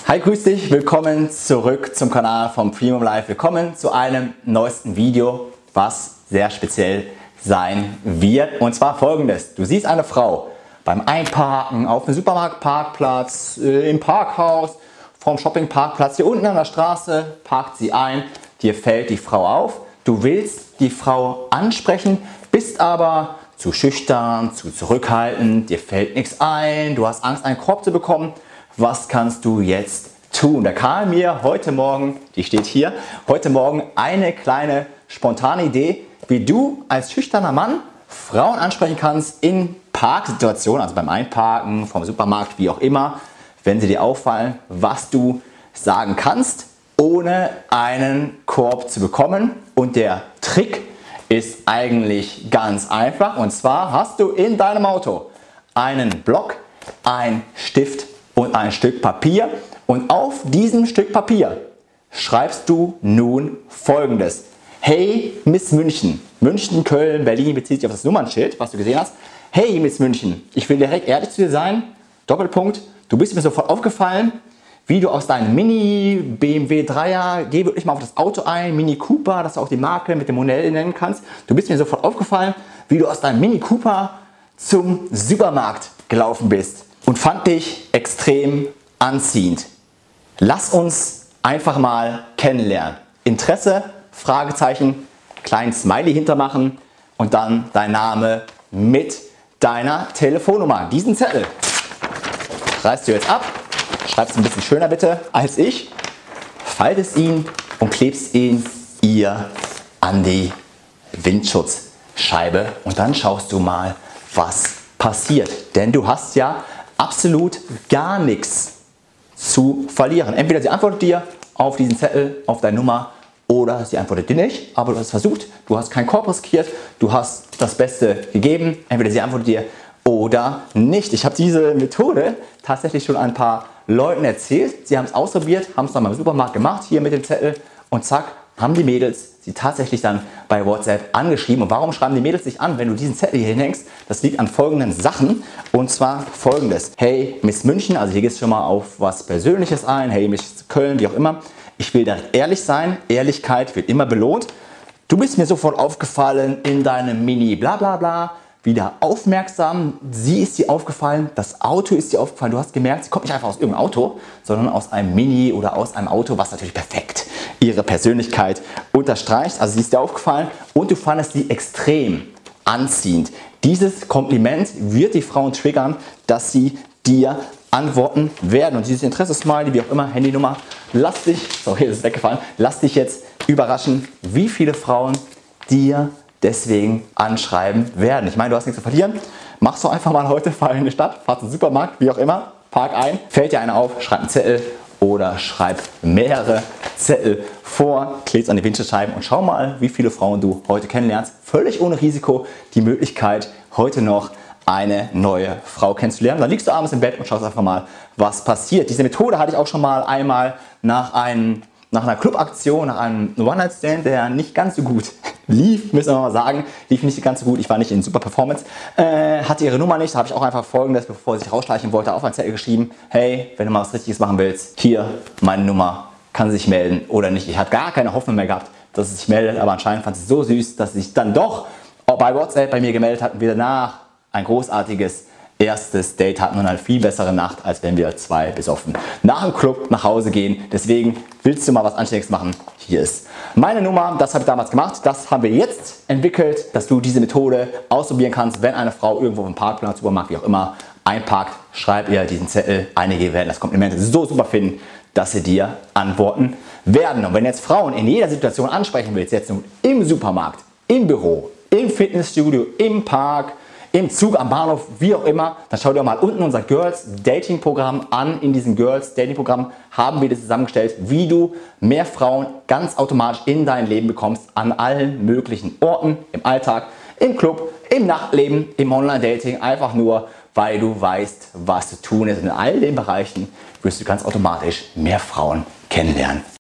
Hi, grüß dich, willkommen zurück zum Kanal vom Premium Life. Willkommen zu einem neuesten Video, was sehr speziell sein wird. Und zwar folgendes: Du siehst eine Frau beim Einparken auf einem Supermarktparkplatz, im Parkhaus, vom Shoppingparkplatz, hier unten an der Straße, parkt sie ein, dir fällt die Frau auf. Du willst die Frau ansprechen, bist aber zu schüchtern, zu zurückhaltend, dir fällt nichts ein, du hast Angst, einen Korb zu bekommen. Was kannst du jetzt tun? Da kam mir heute Morgen, die steht hier, heute Morgen eine kleine spontane Idee, wie du als schüchterner Mann Frauen ansprechen kannst in Parksituationen, also beim Einparken, vom Supermarkt, wie auch immer, wenn sie dir auffallen, was du sagen kannst, ohne einen Korb zu bekommen. Und der Trick ist eigentlich ganz einfach, und zwar hast du in deinem Auto einen Block, einen Stift und ein Stück Papier, und auf diesem Stück Papier schreibst du nun Folgendes: Hey Miss München, München, Köln, Berlin bezieht sich auf das Nummernschild, was du gesehen hast. Hey Miss München, ich will direkt ehrlich zu dir sein, Doppelpunkt, du bist mir sofort aufgefallen, wie du aus deinem Mini, BMW 3er, geh wirklich mal auf das Auto ein, Mini Cooper, dass du auch die Marke mit dem Modell nennen kannst. Du bist mir sofort aufgefallen, wie du aus deinem Mini Cooper zum Supermarkt gelaufen bist und fand dich extrem anziehend. Lass uns einfach mal kennenlernen. Interesse, Fragezeichen, kleinen Smiley hintermachen und dann dein Name mit deiner Telefonnummer. Diesen Zettel reißt du jetzt ab, schreibst ein bisschen schöner bitte als ich, faltest ihn und klebst ihn ihr an die Windschutzscheibe, und dann schaust du mal, was passiert. Denn du hast ja absolut gar nichts zu verlieren. Entweder sie antwortet dir auf diesen Zettel, auf deine Nummer, oder sie antwortet dir nicht, aber du hast es versucht, du hast keinen Korb riskiert, du hast das Beste gegeben. Entweder sie antwortet dir oder nicht. Ich habe diese Methode tatsächlich schon ein paar Leuten erzählt. Sie haben es ausprobiert, haben es dann beim Supermarkt gemacht, hier mit dem Zettel, und zack, haben die Mädels sie tatsächlich dann bei WhatsApp angeschrieben. Und warum schreiben die Mädels dich an, wenn du diesen Zettel hier hinhängst? Das liegt an folgenden Sachen, und zwar folgendes: Hey Miss München, also hier geht es schon mal auf was Persönliches ein, hey Miss Köln, wie auch immer. Ich will direkt ehrlich sein, Ehrlichkeit wird immer belohnt. Du bist mir sofort aufgefallen in deinem Mini bla bla bla. Wieder aufmerksam, sie ist dir aufgefallen, das Auto ist dir aufgefallen, du hast gemerkt, sie kommt nicht einfach aus irgendeinem Auto, sondern aus einem Mini oder aus einem Auto, was natürlich perfekt ihre Persönlichkeit unterstreicht. Also sie ist dir aufgefallen und du fandest sie extrem anziehend. Dieses Kompliment wird die Frauen triggern, dass sie dir antworten werden. Und dieses Interesse-Smiley, wie auch immer, Handynummer, lass dich, sorry, das ist weggefallen, lass dich jetzt überraschen, wie viele Frauen dir deswegen anschreiben werden. Ich meine, du hast nichts zu verlieren. Machst du einfach mal heute, fahr in die Stadt, fahr zum Supermarkt, wie auch immer, park ein, fällt dir einer auf, schreib einen Zettel oder schreib mehrere Zettel vor, klebst an die Windschutzscheiben und schau mal, wie viele Frauen du heute kennenlernst. Völlig ohne Risiko die Möglichkeit, heute noch eine neue Frau kennenzulernen. Dann liegst du abends im Bett und schaust einfach mal, was passiert. Diese Methode hatte ich auch schon mal einmal nach einer Clubaktion, nach einem One-Night-Stand, der nicht ganz so gut lief, müssen wir mal sagen, lief nicht ganz so gut, ich war nicht in super Performance, hatte ihre Nummer nicht, da habe ich auch einfach Folgendes, bevor sie sich rausschleichen wollte, auf einen Zettel geschrieben: Hey, wenn du mal was Richtiges machen willst, hier meine Nummer, kann sie sich melden oder nicht. Ich hatte gar keine Hoffnung mehr gehabt, dass sie sich meldet, aber anscheinend fand sie es so süß, dass sie sich dann doch bei WhatsApp bei mir gemeldet hat und wir danach ein großartiges erstes Date hatten und eine viel bessere Nacht, als wenn wir zwei besoffen nach dem Club nach Hause gehen. Deswegen, willst du mal was Anständiges machen? Hier ist meine Nummer, das habe ich damals gemacht, das haben wir jetzt entwickelt, dass du diese Methode ausprobieren kannst, wenn eine Frau irgendwo auf dem Parkplatz, Supermarkt, wie auch immer, einparkt, schreib ihr diesen Zettel. Einige werden das Kompliment so super finden, dass sie dir antworten werden. Und wenn jetzt Frauen in jeder Situation ansprechen willst, jetzt nun im Supermarkt, im Büro, im Fitnessstudio, im Park, im Zug, am Bahnhof, wie auch immer, dann schau dir mal unten unser Girls Dating Programm an. In diesem Girls Dating Programm haben wir das zusammengestellt, wie du mehr Frauen ganz automatisch in dein Leben bekommst, an allen möglichen Orten, im Alltag, im Club, im Nachtleben, im Online-Dating, einfach nur, weil du weißt, was zu tun ist. Und in all den Bereichen wirst du ganz automatisch mehr Frauen kennenlernen.